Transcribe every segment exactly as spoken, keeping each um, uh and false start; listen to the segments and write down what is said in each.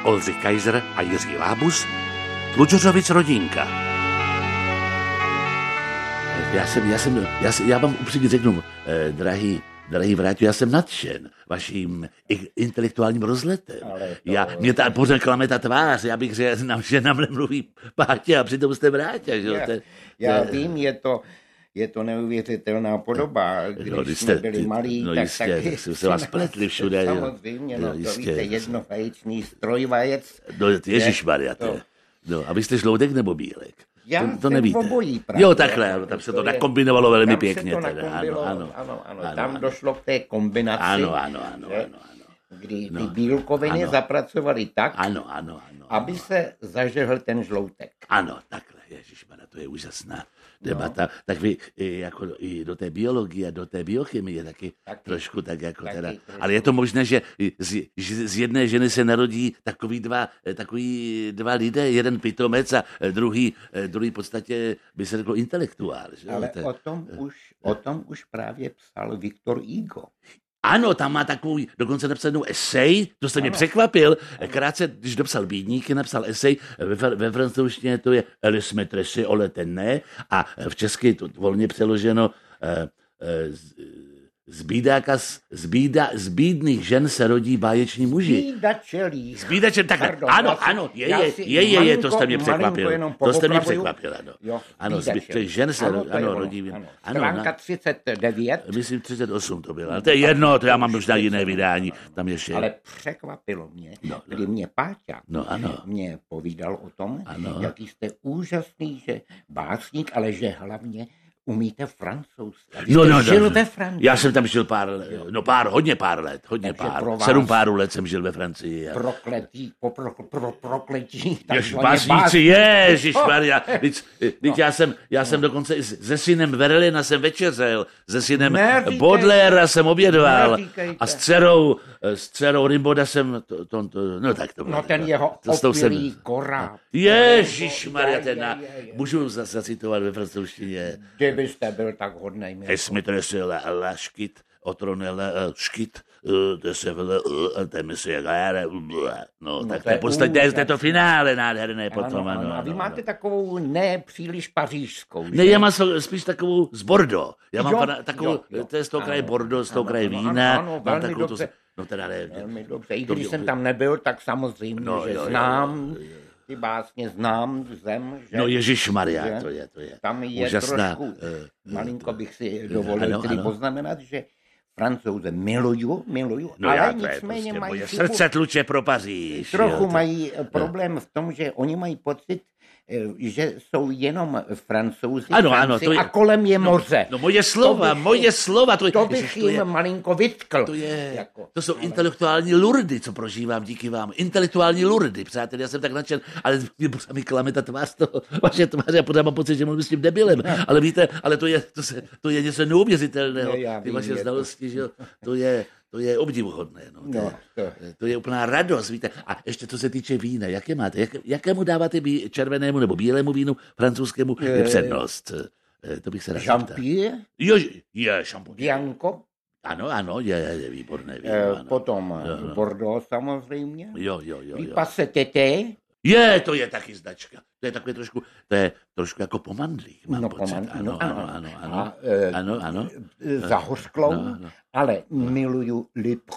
Oldřich Kaiser a Jiří Lábus, Tlučořovic rodinka. Já jsem, já jsem, já, jsem, já vám upřímně řeknu, eh, drahý, drahý Vráťo, já jsem nadšen vaším intelektuálním rozletem. To... Já, mě ta, pořád klame ta tvář, já bych řekl, že na mne mluví Pátě a přitom jste Vráťa. Že? Já, to, já to, vím, je to... Je to neuvěřitelná podoba, když no, jsme jste, byli malí, no, tak jistě, taky se vás pletli všude. Samozřejmě, no, no, to víte, jednovaječný strojvajec. No, ježišmarja, to je. No, a vy jste žloudek nebo bílek? Já to, to jsem nevíte. obojí právě. Jo, takhle, no, tam se to nakombinovalo velmi tam pěkně. Tam teda. Ano, ano, ano, ano, ano, tam ano. došlo k té kombinaci, ano, ano, ano, že, ano, ano. kdy ty No, bílkoviny ano. zapracovaly tak, Ano, ano, ano. aby se zažehl ten žloutek. Ano, takhle, ježišmarja, to je úžasná debata. No. Tak vy i, jako, i do té biologie, do té biochemie taky, taky trošku tak jako taky, teda. trošku. Ale je to možné, že z, z jedné ženy se narodí takový dva, takový dva lidé, jeden pitomec a druhý, druhý v podstatě by se řeklo intelektuál. Že? Ale to, o tom, už, o tom už právě psal Viktor Hugo. Ano, tam má takovou dokonce napsanou esej, to jste mě překvapil. Krátce, když dopsal Bídníky, napsal esej, ve, ve francouzštině to je Les maîtresses o l'éternel a v česky to volně přeloženo eh, eh, z, z, bídáka, z, bída, z bídných žen se rodí báječní muži. Zbídačelí. Zbídačel, takhle. Pardon, ano, si, ano, je, je, je, je, je, to jste mě překvapil. To jste mě překvapil, ano. Jo, ano, zbí, žen se ano, ano, ono, rodí. Ano. Ano, Stránka na, třicet devět. Myslím třicet osm to bylo, ale to je jedno, to já mám možná jiné vydání. Tam ještě... Ale překvapilo mě, no, no. kdy mě Páťa no, ano. mě povídal o tom, ano. jaký jste úžasný, že básník, ale že hlavně umíte francouzsky. No, no, žil no, ve Francii. Já jsem tam žil pár, no pár, hodně pár let, hodně Takže pár. pro Sedm párů let jsem žil ve Francii. A... Prokletí, po pro, pro, prokletí. Jež básníci, ježišmarja. Teď no. já jsem, já jsem dokonce i se synem Verlina jsem večeřel, se synem Baudelaire jsem obědval a s dcerou, s dcerou Rimboda jsem, to, to, to, no tak to bylo. No ten jeho opilý koráb. Ježišmarja, ten na, můžu zacitovat ve francouzštině. Kdybyste byl tak hodnej. Es maîtresse la, la škyt, otronela škyt, to se vele, téme se ráre, no, tak to je podstatě, to je to finále nádherné potom, ano, ano. A vy máte takovou ne příliš pařížskou, Ne, já mám spíš takovou z Bordeaux, já mám jo, pana, takovou, jo, jo. to je z toho kraje Bordeaux, z toho kraje ano, vína, ano, ano, mám velmi takovou, dobře. to, no teda ne. Velmi dobře, i když jsem tam nebyl, tak samozřejmě, no, že jo, znám, jo, jo, jo. ty básně znám, zem, že... No ježišmarja, to je, to je. Tam je úžasná, trošku, uh, malinko bych si dovolil ano, tedy ano. poznamenat, že Francouze miluju, miluju, no ale já, nicméně prostě mají moje chybu, srdce tluče pro Paříž. trochu jo, to... mají problém v tom, že oni mají pocit, že jsou jenom Francouzi ano, ano, to je, a kolem je moře. No, no moje slova, bych, moje slova. To, je, to bych jim je, malinko vytkl. To, je, jako, to jsou ale... intelektuální lurdy, co prožívám díky vám. Intelektuální lurdy, přátelé, já jsem tak nadšen, ale mi klame ta tvář toho, vaše tváře, já pořád mám pocit, že mluvím s tím debilem. Ale víte, ale to je, to se, to je něco neuvěřitelného. No, ty vaše je znalosti, to... že to je... To je obdivuhodné. No. To, no, to... to je úplná radost. Víte. A ještě co se týče vína, jaké máte? Jak, jakému dáváte bí, červenému nebo bílému vínu, francouzskému je, přednost? To bych se rád zeptal. Champie? Jo, je šampon. Bianco? Ano, ano, je, je výborné víno. E, ano. Potom jo, no. Bordeaux samozřejmě. Jo, jo, jo. jo. Passe tété. Je, to je taky značka. To je takový trošku, to je trošku jako po mandlích, mám no, pocit. Pomandlí, Ano, no, ano, ano, ano, ano. A, e, ano, ano. Zahořklou, no, no. ale miluju lip.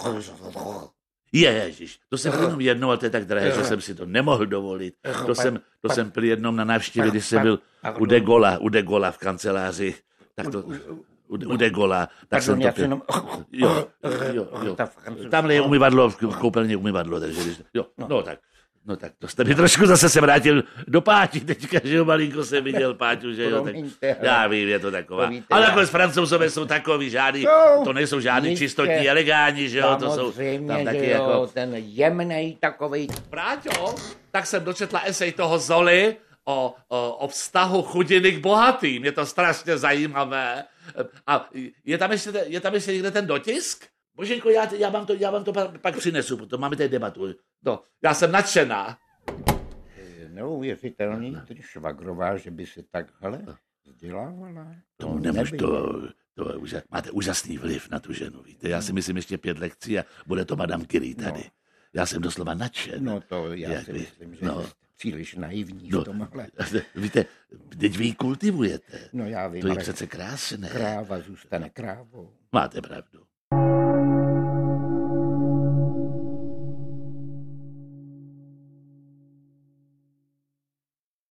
Ježiš, to jsem jenom jednou, ale to je tak drahé, že jsem si to nemohl dovolit. To jsem, to jsem pil jednou na návštěvě, když jsem byl u de Gola, u de Gola v kanceláři. Tak to, u, u de Gola. Tak jsem to pil. Jo, jo, jo. Tamhle je umyvadlo, v koupelně umyvadlo, takže jo, no tak. No tak to jste mi trošku zase se vrátil do Páti teďka, že jo, malinko jsem viděl Páťu, že jo, tak já vím, je to taková. Ale nakonec Francouzové jsou takový žádný, to nejsou žádný čistotní elegáni, že jo, to jsou tam taky jako... ten jemnej takovej. Práťo, tak jsem dočetla esej toho Zoly o, o, o vztahu chudiny k bohatým, je to strašně zajímavé. A je tam ještě, je tam ještě někde ten dotisk? Boženko, já, já, vám to, já vám to pak, pak přinesu, potom máme tady debatu. No, já jsem nadšená. Neuvěřitelný, tedy švagrová, že by se takhle vzdělávala. To nemůžu, to, to je úžas, máte úžasný vliv na tu ženu, víte. Já si myslím ještě pět lekcí a bude to Madame Curie tady. Já jsem doslova nadšen. No to já Jak si vy, myslím, že no. jste příliš naivní No, v tomhle. víte, teď vy ji kultivujete. No já vím, To je ale přece krásné. kráva zůstane krávou. Máte pravdu.